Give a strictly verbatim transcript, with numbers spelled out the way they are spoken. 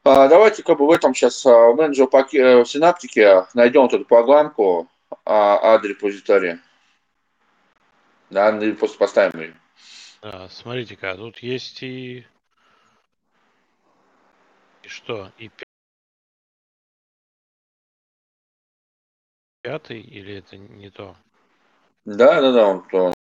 А, давайте как бы в этом сейчас в менеджер паке- в синаптике найдем вот эту программку а, add репозиторий. Да, ну и просто поставим ее. А, смотрите-ка, тут есть и... И что? И пя- пятый или это не то? Да, да, да, он,